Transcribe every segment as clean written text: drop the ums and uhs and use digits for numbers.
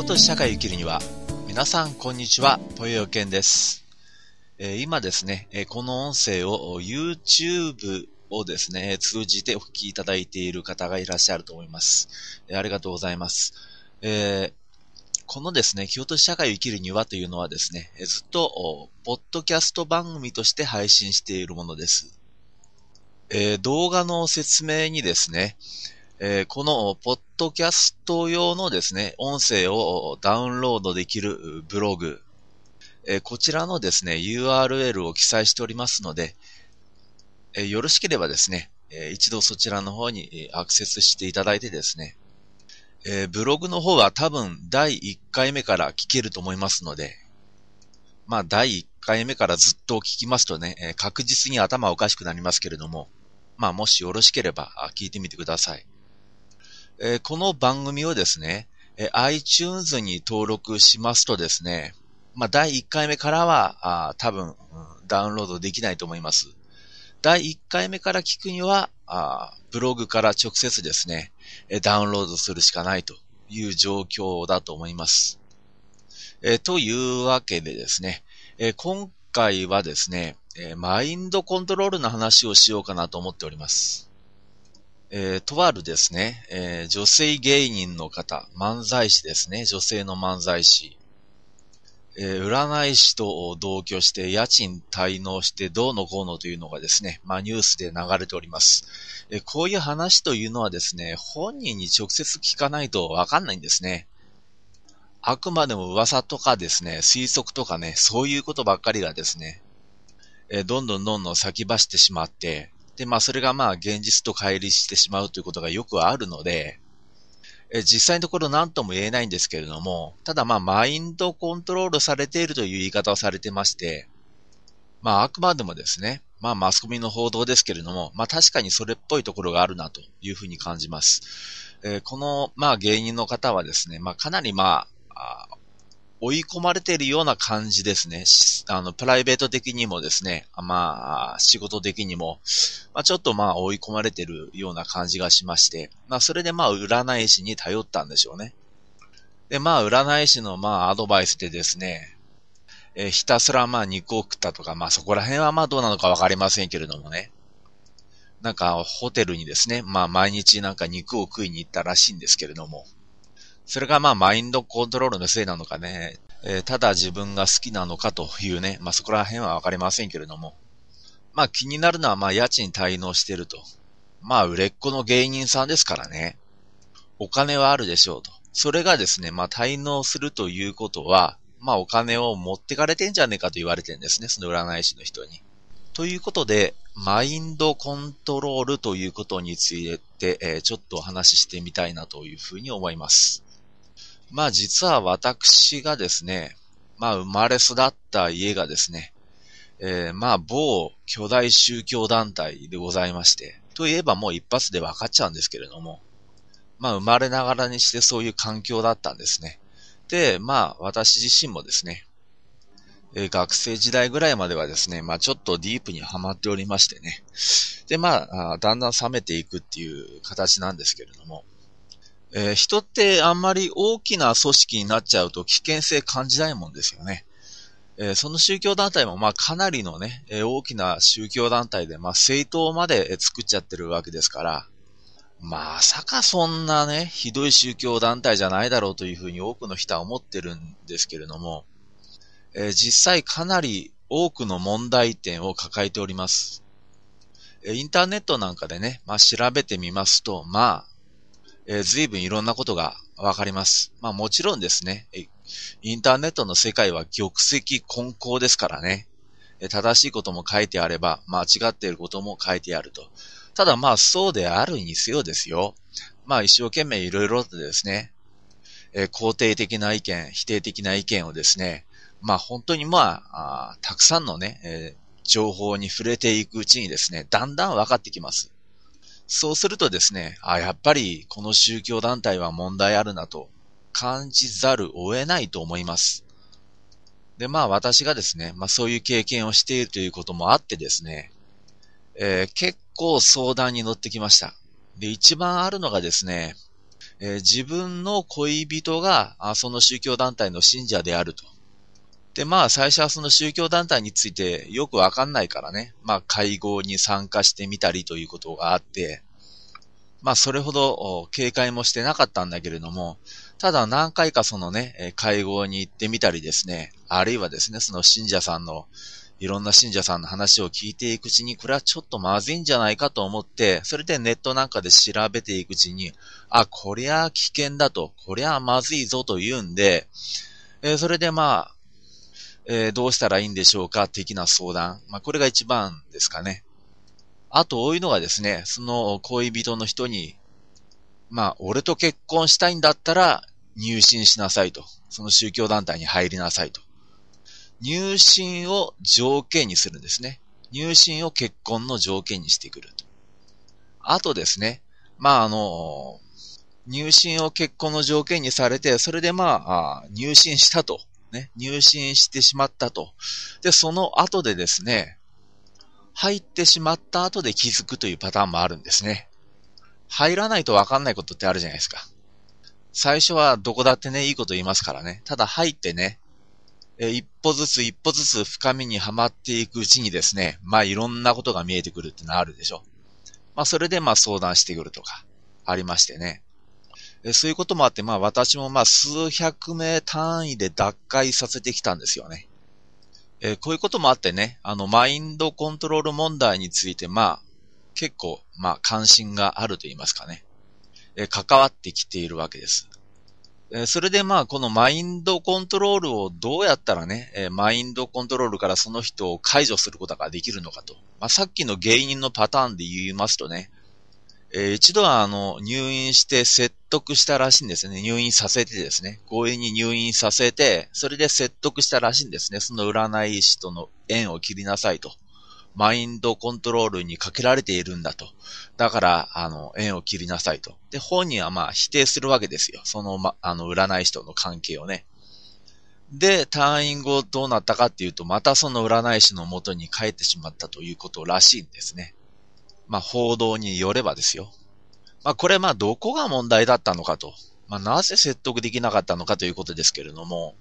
都市社会を生きるには。皆さんこんにちは、ぽよよけんです。今ですね、この音声を YouTube をですね、通じてお聞きいただいている方がいらっしゃると思います。ありがとうございます。このですね、京都市社会を生きるにはというのはですね、ずっとポッドキャスト番組として配信しているものです。動画の説明にですね、このポッドキャスト用のですね、音声をダウンロードできるブログ、こちらのですね、URL を記載しておりますので、よろしければですね、一度そちらの方にアクセスしていただいてですね、ブログの方は多分第1回目から聞けると思いますので、第1回目からずっと聞きますとね、確実に頭おかしくなりますけれども、もしよろしければ聞いてみてください。この番組をですね、iTunes に登録しますとですね、第1回目からは多分、ダウンロードできないと思います。第1回目から聞くにはブログから直接ですね、ダウンロードするしかないという状況だと思います。というわけでですね、今回はですね、マインドコントロールの話をしようかなと思っております。とあるですね、女性芸人の方、漫才師ですね、女性の漫才師。占い師と同居して家賃滞納してどうのこうのというのがですね、ニュースで流れております。こういう話というのはですね、本人に直接聞かないとわかんないんですね。あくまでも噂とかですね、推測とかね、そういうことばっかりがですね、どんどん先走ってしまって、で、それが現実と乖離してしまうということがよくあるので、実際のところ何とも言えないんですけれども、ただマインドコントロールされているという言い方をされてまして、あくまでもですね、マスコミの報道ですけれども、確かにそれっぽいところがあるなというふうに感じます。この、芸人の方はですね、かなり追い込まれているような感じですね。プライベート的にもですね、仕事的にも、ちょっと追い込まれているような感じがしまして、それで占い師に頼ったんでしょうね。で、占い師のアドバイスでですね、ひたすら肉を食ったとか、そこら辺はどうなのかわかりませんけれどもね。ホテルにですね、毎日肉を食いに行ったらしいんですけれども、それがマインドコントロールのせいなのかね、ただ自分が好きなのかというね、そこら辺はわかりませんけれども、気になるのは家賃滞納してると。売れっ子の芸人さんですからね、お金はあるでしょうと。それがですね、滞納するということは、お金を持ってかれてんじゃねえかと言われてるんですね、その占い師の人に。ということで、マインドコントロールということについて、ちょっとお話ししてみたいなというふうに思います。実は私がですね、生まれ育った家がですね、某巨大宗教団体でございまして、といえばもう一発で分かっちゃうんですけれども、生まれながらにしてそういう環境だったんですね。で、私自身もですね、学生時代ぐらいまではですね、ちょっとディープにはまっておりましてね。で、だんだん冷めていくっていう形なんですけれども、人ってあんまり大きな組織になっちゃうと危険性感じないもんですよね。その宗教団体もかなりのね、大きな宗教団体で政党まで作っちゃってるわけですから、まさかそんなね、ひどい宗教団体じゃないだろうというふうに多くの人は思ってるんですけれども、実際かなり多くの問題点を抱えております。インターネットなんかでね、調べてみますと、随分いろんなことがわかります。もちろんですね、インターネットの世界は玉石混交ですからね。正しいことも書いてあれば、間違っていることも書いてあると。ただそうであるにせよですよ。一生懸命いろいろとですね、肯定的な意見、否定的な意見をですね、本当にたくさんのね、情報に触れていくうちにですね、だんだん分かってきます。そうするとですね、やっぱりこの宗教団体は問題あるなと感じざるを得ないと思います。で、私がですね、そういう経験をしているということもあってですね、結構相談に乗ってきました。で、一番あるのがですね、 自分の恋人がその宗教団体の信者であると。で、最初はその宗教団体についてよくわかんないからね、会合に参加してみたりということがあって、それほど警戒もしてなかったんだけれども、ただ何回かそのね、会合に行ってみたりですね、あるいはですね、そのいろんな信者さんの話を聞いていくうちに、これはちょっとまずいんじゃないかと思って、それでネットなんかで調べていくうちに、こりゃ危険だと、こりゃまずいぞというんで、それでどうしたらいいんでしょうか的な相談。これが一番ですかね。あと多いのがですね、その恋人の人に、俺と結婚したいんだったら入信しなさいと。その宗教団体に入りなさいと。入信を条件にするんですね。入信を結婚の条件にしてくると。あとですね、入信を結婚の条件にされて、それで入信したと。ね、入信してしまったと。で、その後でですね、入ってしまった後で気づくというパターンもあるんですね。入らないとわかんないことってあるじゃないですか。最初はどこだってね、いいこと言いますからね。ただ入ってね、一歩ずつ一歩ずつ深みにはまっていくうちにですね、いろんなことが見えてくるってのはあるでしょ。それで相談してくるとか、ありましてね。そういうこともあって、私も数百名単位で脱会させてきたんですよね。こういうこともあってね、マインドコントロール問題について、結構、関心があると言いますかね。関わってきているわけです。それでこのマインドコントロールをどうやったらね、マインドコントロールからその人を解除することができるのかと。さっきの原因のパターンで言いますとね、一度は入院して説得したらしいんですね。入院させてですね。強引に入院させて、それで説得したらしいんですね。その占い師との縁を切りなさいと。マインドコントロールにかけられているんだと。だから、縁を切りなさいと。で、本人は否定するわけですよ。その、占い師との関係をね。で、退院後どうなったかっていうと、またその占い師の元に帰ってしまったということらしいんですね。報道によればですよ。これどこが問題だったのかと。なぜ説得できなかったのかということですけれども、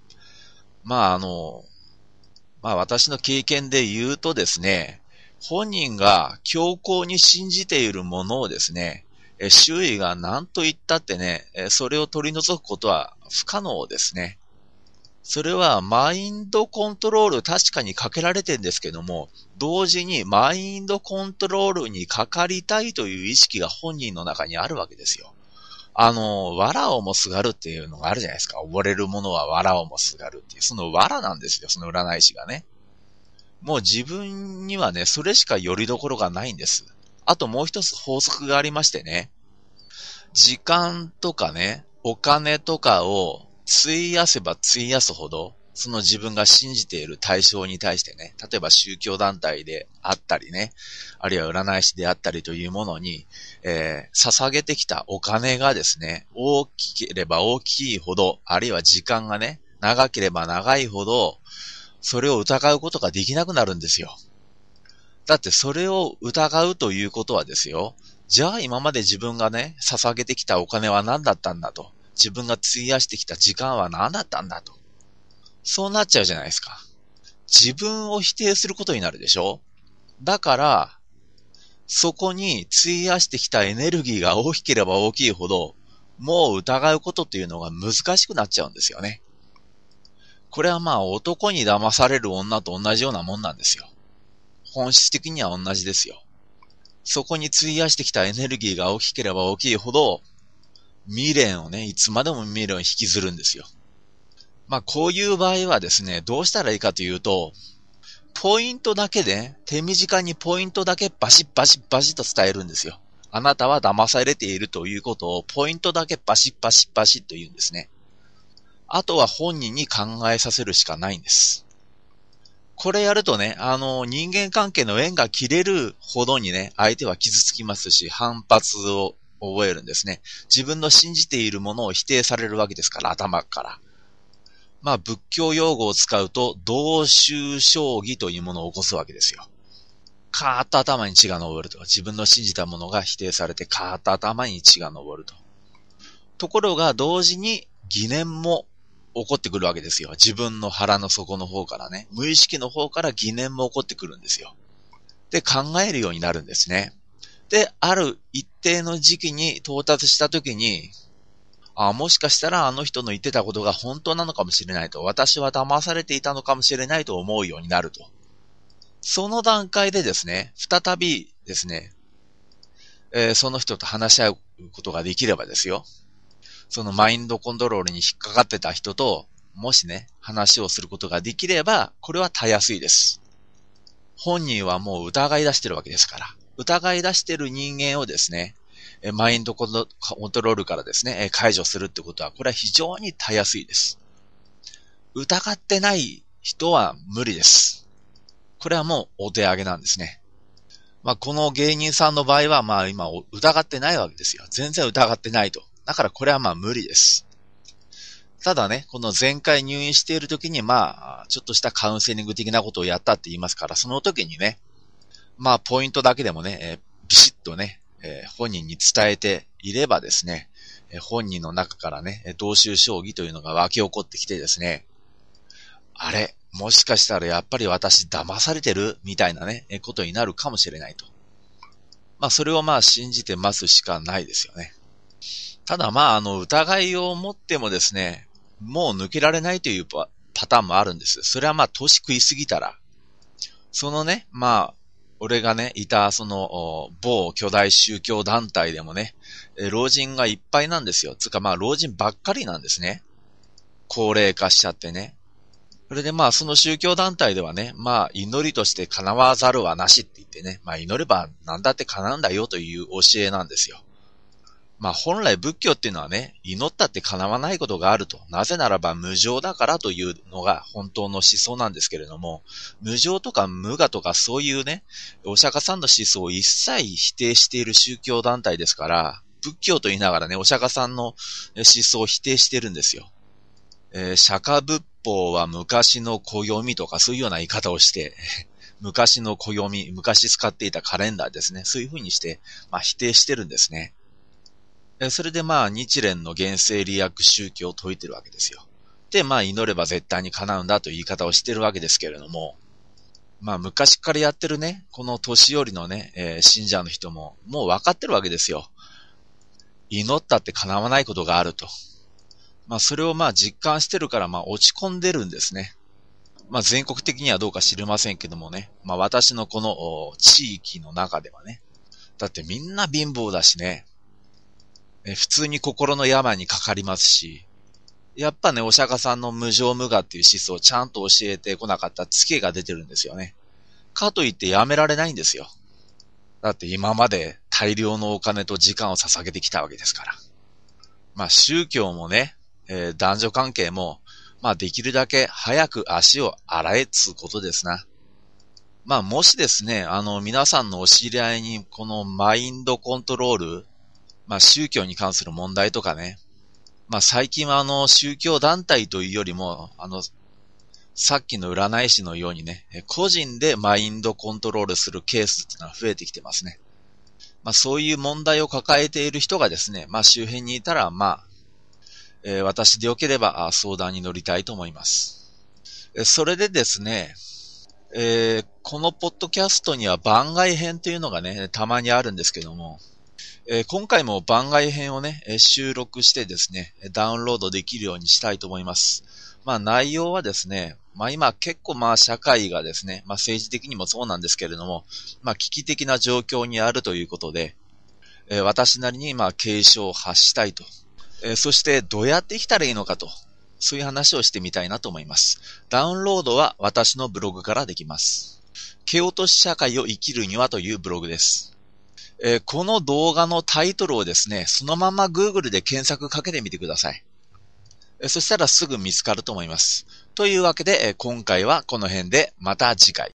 私の経験で言うとですね、本人が強硬に信じているものをですね、周囲が何と言ったってね、それを取り除くことは不可能ですね。それはマインドコントロール確かにかけられてるんですけども、同時にマインドコントロールにかかりたいという意識が本人の中にあるわけですよ。藁をもすがるっていうのがあるじゃないですか。溺れるものは藁をもすがるっていう。その藁なんですよ、その占い師がね。もう自分にはね、それしか拠り所がないんです。あともう一つ法則がありましてね。時間とかね、お金とかを費やせば費やすほど、その自分が信じている対象に対してね、例えば宗教団体であったりね、あるいは占い師であったりというものに、捧げてきたお金がですね、大きければ大きいほど、あるいは時間がね、長ければ長いほど、それを疑うことができなくなるんですよ。だってそれを疑うということはですよ、じゃあ今まで自分がね、捧げてきたお金は何だったんだと。自分が費やしてきた時間は何だったんだと。そうなっちゃうじゃないですか。自分を否定することになるでしょ。だから、そこに費やしてきたエネルギーが大きければ大きいほど、もう疑うことっていうのが難しくなっちゃうんですよね。これは男に騙される女と同じようなもんなんですよ。本質的には同じですよ。そこに費やしてきたエネルギーが大きければ大きいほど、未練をね、いつまでも未練を引きずるんですよ。こういう場合はですね、どうしたらいいかというと、ポイントだけで、手短にポイントだけバシッバシッバシッと伝えるんですよ。あなたは騙されているということをポイントだけバシッバシッバシッと言うんですね。あとは本人に考えさせるしかないんです。これやるとね、人間関係の縁が切れるほどにね、相手は傷つきますし、反発を覚えるんですね。自分の信じているものを否定されるわけですから、頭から。仏教用語を使うと、同宗将棋というものを起こすわけですよ。カーッと頭に血が昇ると。自分の信じたものが否定されて、カーッと頭に血が昇ると。 ところが同時に疑念も起こってくるわけですよ。自分の腹の底の方からね。無意識の方から疑念も起こってくるんですよ。で、考えるようになるんですね。で、ある一定の時期に到達したときに、もしかしたらあの人の言ってたことが本当なのかもしれないと。私は騙されていたのかもしれないと思うようになると。その段階でですね、再びですね、その人と話し合うことができればですよ。そのマインドコントロールに引っかかってた人と、もしね、話をすることができれば、これはたやすいです。本人はもう疑い出してるわけですから。疑い出してる人間をですね、マインドコントロールからですね、解除するってことは、これは非常にたやすいです。疑ってない人は無理です。これはもうお手上げなんですね。この芸人さんの場合は、今疑ってないわけですよ。全然疑ってないと。だからこれは無理です。ただね、この前回入院している時にちょっとしたカウンセリング的なことをやったって言いますから、その時にね、ポイントだけでもね、ビシッとね、本人に伝えていればですね、本人の中からね、同種将棋というのが湧き起こってきてですね、あれ、もしかしたらやっぱり私騙されてるみたいなね、ことになるかもしれないと。それを信じて待つしかないですよね。ただ疑いを持ってもですね、もう抜けられないというパターンもあるんです。それは年食いすぎたら、そのね、俺がね、いた某巨大宗教団体でもね、老人がいっぱいなんですよ。つうか老人ばっかりなんですね。高齢化しちゃってね。それでその宗教団体ではね、祈りとして叶わざるはなしって言ってね、祈れば何だって叶うんだよという教えなんですよ。本来仏教っていうのはね、祈ったって叶わないことがあると。なぜならば無常だからというのが本当の思想なんですけれども、無常とか無我とかそういうね、お釈迦さんの思想を一切否定している宗教団体ですから、仏教と言いながらね、お釈迦さんの思想を否定してるんですよ。釈迦仏法は昔の暦とかそういうような言い方をして、昔の暦、昔使っていたカレンダーですね。そういうふうにして、否定してるんですね。それで日蓮の現世利益宗教を説いてるわけですよ。で、祈れば絶対に叶うんだという言い方をしてるわけですけれども、昔からやってるね、この年寄りのね、信者の人も、もう分かってるわけですよ。祈ったって叶わないことがあると。それを実感してるから落ち込んでるんですね。全国的にはどうか知りませんけどもね、私のこの地域の中ではね、だってみんな貧乏だしね、普通に心の病にかかりますし、やっぱね、お釈迦さんの無常無我っていう思想をちゃんと教えてこなかったツケが出てるんですよね。かといってやめられないんですよ。だって今まで大量のお金と時間を捧げてきたわけですから。宗教もね、男女関係も、できるだけ早く足を洗えつうことですな。もしですね、皆さんのお知り合いにこのマインドコントロール、宗教に関する問題とかね、最近は宗教団体というよりも、さっきの占い師のようにね、個人でマインドコントロールするケースっていうのは増えてきてますね。そういう問題を抱えている人がですね、周辺にいたら、私でよければ相談に乗りたいと思います。それでですね、このポッドキャストには番外編というのがね、たまにあるんですけども、今回も番外編をね、収録してですね、ダウンロードできるようにしたいと思います。内容はですね、今結構社会がですね、政治的にもそうなんですけれども、危機的な状況にあるということで、私なりに警鐘を発したいと。そしてどうやって生きたらいいのかと、そういう話をしてみたいなと思います。ダウンロードは私のブログからできます。蹴落とし社会を生きるにはというブログです。この動画のタイトルをですね、そのまま Google で検索かけてみてください。そしたらすぐ見つかると思います。というわけで、今回はこの辺でまた次回。